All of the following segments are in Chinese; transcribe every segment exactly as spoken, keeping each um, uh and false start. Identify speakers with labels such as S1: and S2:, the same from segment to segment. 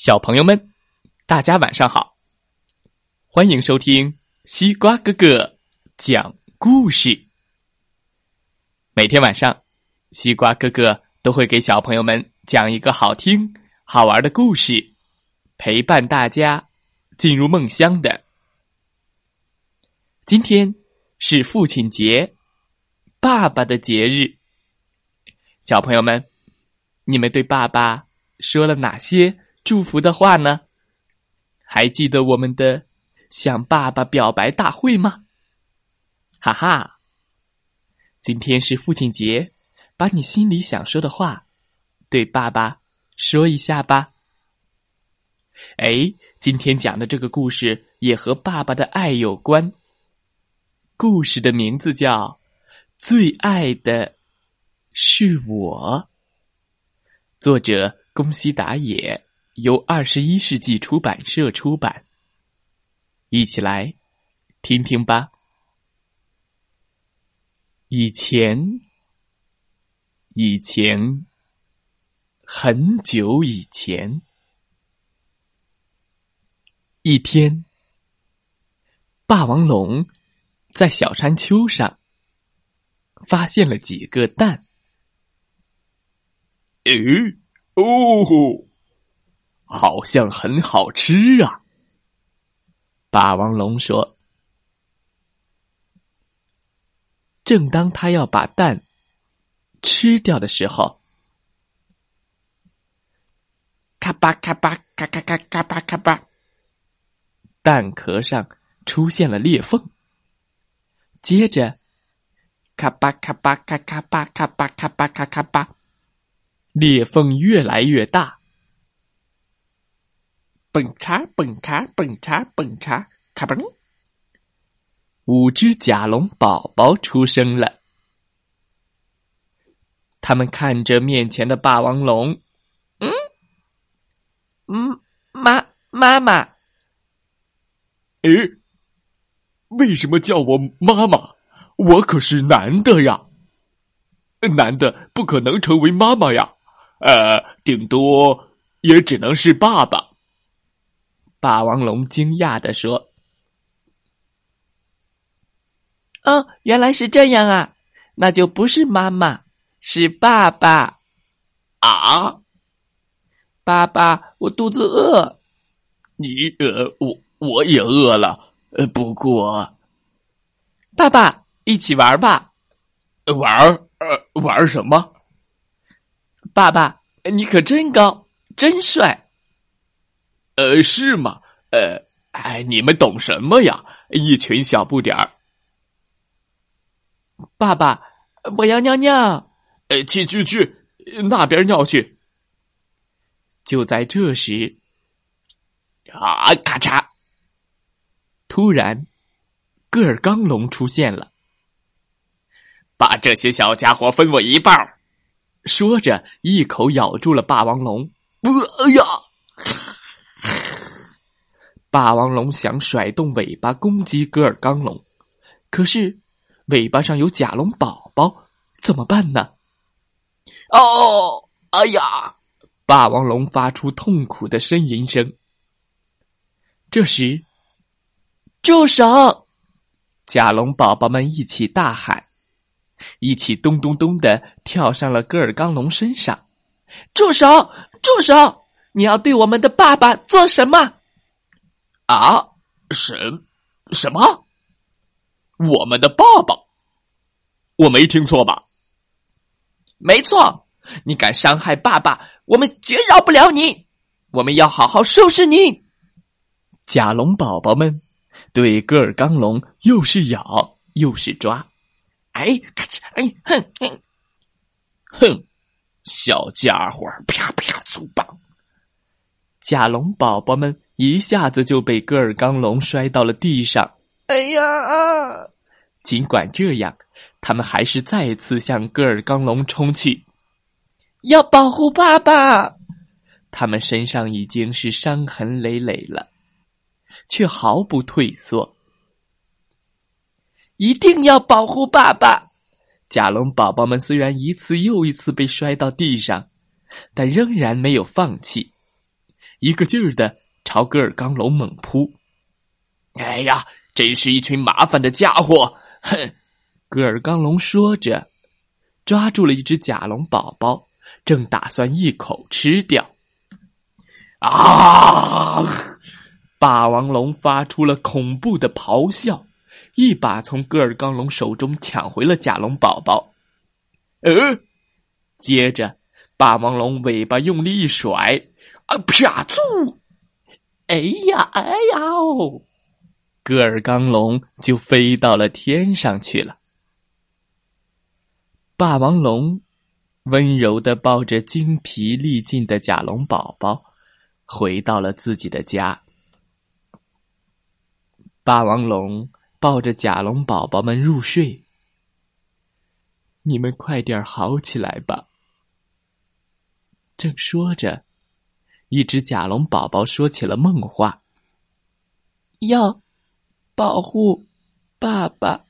S1: 小朋友们，大家晚上好，欢迎收听西瓜哥哥讲故事。每天晚上，西瓜哥哥都会给小朋友们讲一个好听好玩的故事，陪伴大家进入梦乡的。今天是父亲节，爸爸的节日。小朋友们，你们对爸爸说了哪些祝福的话呢？还记得我们的向爸爸表白大会吗？哈哈，今天是父亲节，把你心里想说的话对爸爸说一下吧。哎，今天讲的这个故事也和爸爸的爱有关。故事的名字叫《最爱的是我》，作者宫西达也，由二十一世纪出版社出版。一起来听听吧。以前，以前，很久以前，一天，霸王龙在小山丘上发现了几个蛋。诶，哦，好像很好吃啊！霸王龙说。正当他要把蛋吃掉的时候，咔吧咔吧咔咔咔咔吧咔吧，蛋壳上出现了裂缝。接着，咔吧咔吧咔咔吧咔吧咔吧咔咔吧，裂缝越来越大。蹦嚓蹦嚓蹦嚓蹦嚓，咔嘣！五只甲龙宝宝出生了。他们看着面前的霸王龙，嗯，嗯，妈妈妈。诶，为什么叫我妈妈？我可是男的呀。男的不可能成为妈妈呀，呃，顶多也只能是爸爸。霸王龙惊讶地说。哦，原来是这样啊，那就不是妈妈，是爸爸。啊？爸爸，我肚子饿。你呃，我我也饿了，呃，不过，爸爸，一起玩吧。玩？呃，玩什么？爸爸，你可真高，真帅。呃，是吗？呃，哎，你们懂什么呀？一群小不点儿。爸爸，我要尿尿。呃，去去去，那边尿去。就在这时，啊，咔嚓！突然，戈尔刚龙出现了。把这些小家伙分我一半儿。说着，一口咬住了霸王龙。呃呀！霸王龙想甩动尾巴攻击戈尔刚龙，可是尾巴上有甲龙宝宝，怎么办呢？哦，哎呀！霸王龙发出痛苦的呻吟声。这时，住手！甲龙宝宝们一起大喊，一起咚咚咚地跳上了戈尔刚龙身上。住手！住手！你要对我们的爸爸做什么？啊？什什么？我们的爸爸？我没听错吧？没错，你敢伤害爸爸，我们绝饶不了你！我们要好好收拾你！甲龙宝宝们对戈尔刚龙又是咬又是抓。哎，咔嚓！哎，哼哼，哼，小家伙，啪啪粗棒！甲龙宝宝们一下子就被戈尔刚龙摔到了地上。哎呀啊！尽管这样，他们还是再次向戈尔刚龙冲去，要保护爸爸。他们身上已经是伤痕累累了，却毫不退缩。一定要保护爸爸！甲龙宝宝们虽然一次又一次被摔到地上，但仍然没有放弃。 一个劲儿的朝戈尔刚龙猛扑。哎呀，真是一群麻烦的家伙！哼！戈尔刚龙说着，抓住了一只甲龙宝宝，正打算一口吃掉。啊！霸王龙发出了恐怖的咆哮，一把从戈尔刚龙手中抢回了甲龙宝宝。呃，接着霸王龙尾巴用力一甩，啊啪嗖！哎呀哎呀哦！戈尔刚龙就飞到了天上去了。霸王龙温柔地抱着精疲力尽的甲龙宝宝，回到了自己的家。霸王龙抱着甲龙宝宝们入睡。你们快点好起来吧。正说着，一只甲龙宝宝说起了梦话：要保护爸爸。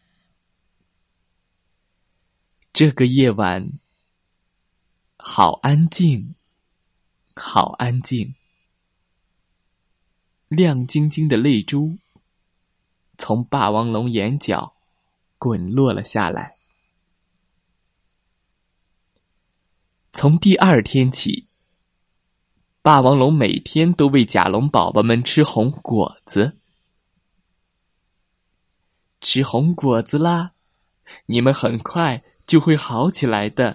S1: 这个夜晚好安静，好安静。亮晶晶的泪珠从霸王龙眼角滚落了下来。从第二天起，霸王龙每天都喂甲龙宝宝们吃红果子。吃红果子啦，你们很快就会好起来的。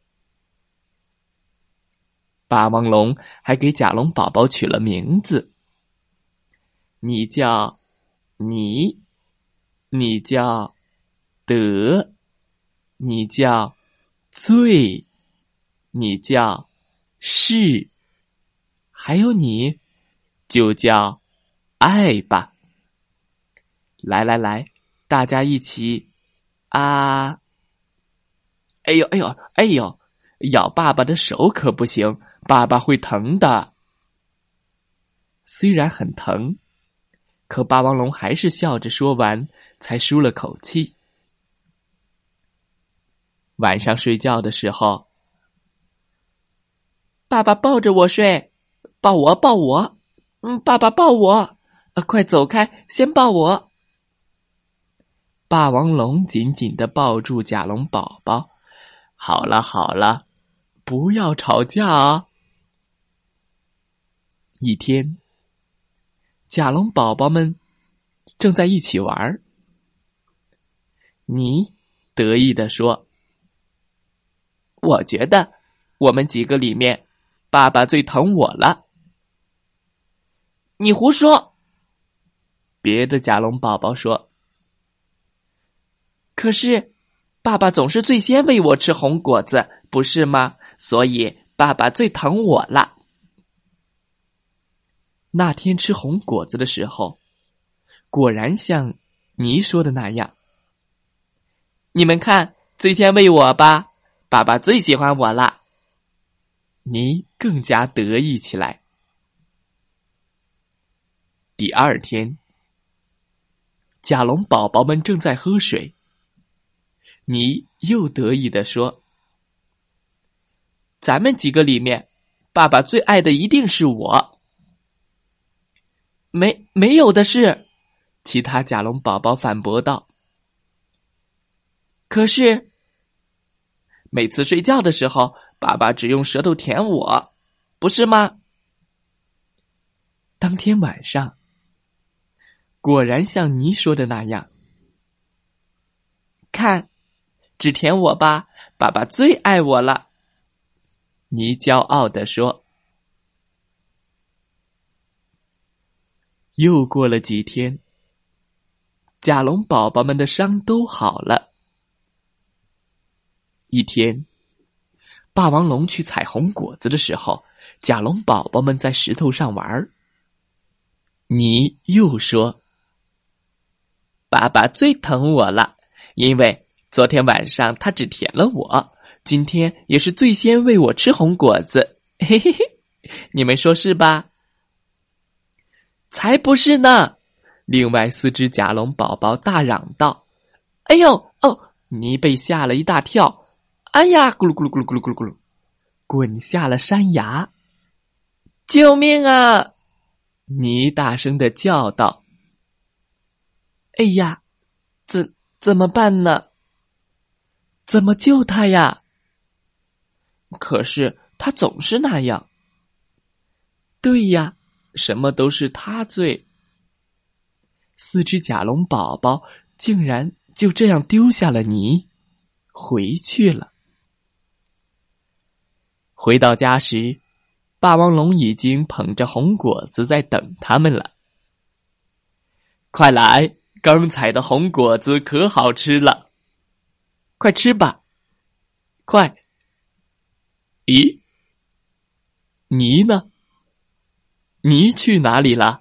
S1: 霸王龙还给甲龙宝宝取了名字，你叫你，你叫得，你叫醉，你叫是，还有你就叫爱吧。来来来，大家一起啊！哎呦哎呦哎呦，咬爸爸的手可不行，爸爸会疼的。虽然很疼，可霸王龙还是笑着说完，才舒了口气。晚上睡觉的时候，爸爸抱着我睡，抱我抱我，嗯，爸爸抱我，啊，快走开，先抱我。霸王龙紧紧地抱住甲龙宝宝，好了好了，不要吵架啊。一天，甲龙宝宝们正在一起玩，你得意地说：我觉得我们几个里面爸爸最疼我了。你胡说！别的甲龙宝宝说。可是爸爸总是最先喂我吃红果子，不是吗？所以爸爸最疼我了。那天吃红果子的时候，果然像你说的那样。你们看，最先喂我吧，爸爸最喜欢我了。你更加得意起来。第二天，甲龙宝宝们正在喝水，你又得意地说：咱们几个里面，爸爸最爱的一定是我。没没有的事，其他甲龙宝宝反驳道。可是每次睡觉的时候，爸爸只用舌头舔我，不是吗？当天晚上，果然像你说的那样。看，只舔我吧，爸爸最爱我了。你骄傲地说。又过了几天，甲龙宝宝们的伤都好了。一天，霸王龙去采红果子的时候，甲龙宝宝们在石头上玩。你又说：爸爸最疼我了，因为昨天晚上他只舔了我，今天也是最先喂我吃红果子。嘿嘿嘿，你们说是吧？才不是呢！另外四只甲龙宝宝大嚷道：哎呦哦！你被吓了一大跳，哎呀，咕噜咕噜咕噜咕噜咕噜咕噜，滚下了山崖。 救命啊！尼大声地叫道。哎呀，怎怎么办呢？怎么救他呀？可是他总是那样。对呀，什么都是他罪。四只甲龙宝宝竟然就这样丢下了尼，回去了。回到家时，霸王龙已经捧着红果子在等他们了。快来，刚采的红果子可好吃了，快吃吧，快！咦，尼呢？尼去哪里了？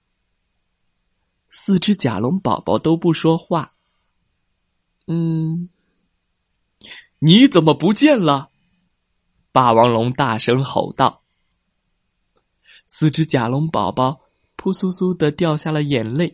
S1: 四只甲龙宝宝都不说话。嗯，你怎么不见了？霸王龙大声吼道。四只甲龙宝宝扑簌簌地掉下了眼泪，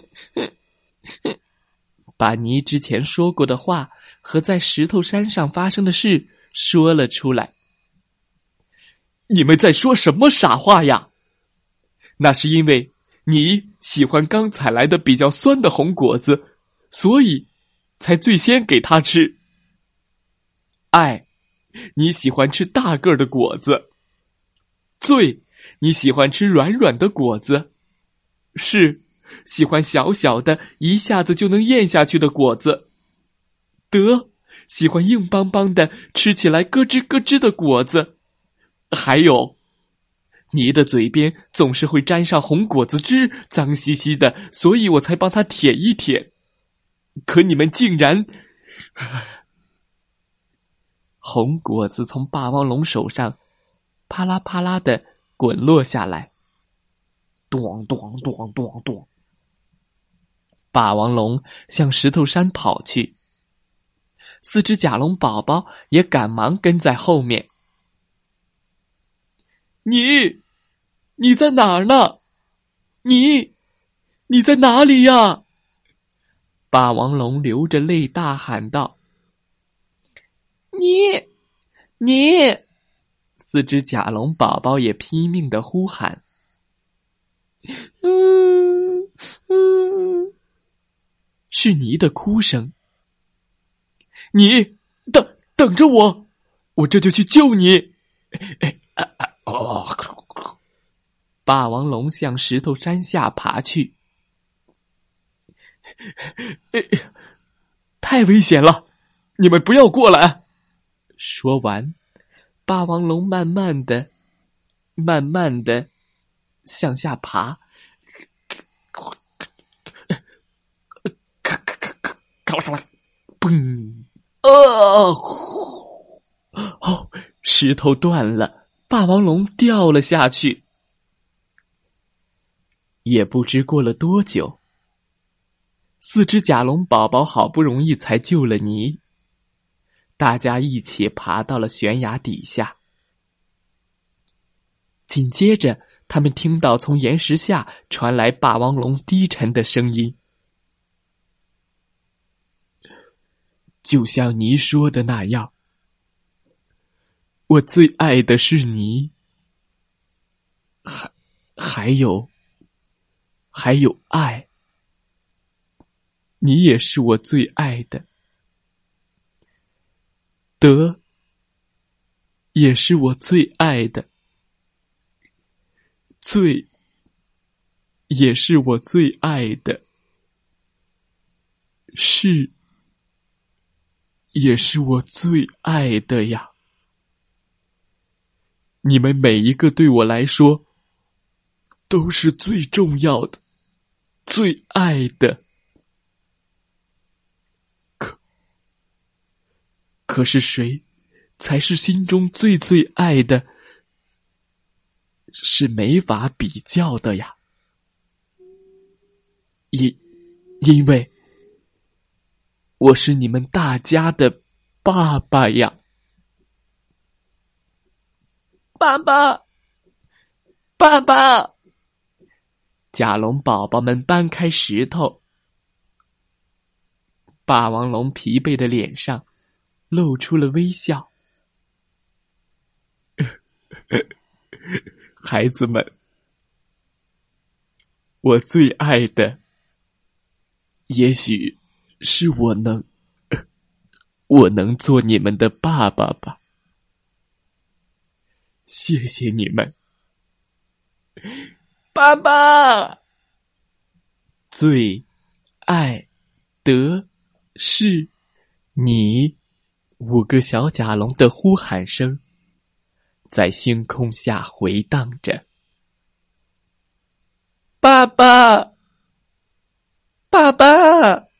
S1: 把尼之前说过的话和在石头山上发生的事说了出来。你们在说什么傻话呀？那是因为你喜欢刚采来的比较酸的红果子，所以才最先给他吃。爱，你喜欢吃大个儿的果子。罪，你喜欢吃软软的果子。是，喜欢小小的一下子就能咽下去的果子。得，喜欢硬邦邦的吃起来咯吱咯吱的果子。还有，你的嘴边总是会沾上红果子汁，脏兮兮的，所以我才帮他舔一舔。可你们竟然……红果子从霸王龙手上啪啦啪啦的滚落下来，咚咚咚咚咚。霸王龙向石头山跑去，四只甲龙宝宝也赶忙跟在后面。你，你在哪儿呢？你，你在哪里呀？霸王龙流着泪大喊道。你，你，四只甲龙宝宝也拼命地呼喊。嗯嗯，是尼的哭声。你，等等着我，我这就去救你。哎啊啊哦！霸王龙向石头山下爬去。太危险了，你们不要过来！说完，霸王龙慢慢的、慢慢的向下爬。嘣！哦，哦，石头断了，霸王龙掉了下去。也不知过了多久，四只甲龙宝宝好不容易才救了尼，大家一起爬到了悬崖底下。紧接着，他们听到从岩石下传来霸王龙低沉的声音：就像尼说的那样，我最爱的是尼，还还有还有爱，你也是我最爱的，德也是我最爱的，罪也是我最爱的，是也是我最爱的呀。你们每一个对我来说都是最重要的，最爱的。可可是谁才是心中最最爱的？是没法比较的呀。因因为我是你们大家的爸爸呀。爸爸，爸爸！甲龙宝宝们搬开石头，霸王龙疲惫的脸上露出了微笑。 孩子们，我最爱的，也许是我能，我能做你们的爸爸吧。谢谢你们，爸爸。最爱的是你，五个小甲龙的呼喊声在星空下回荡着。爸爸，爸爸。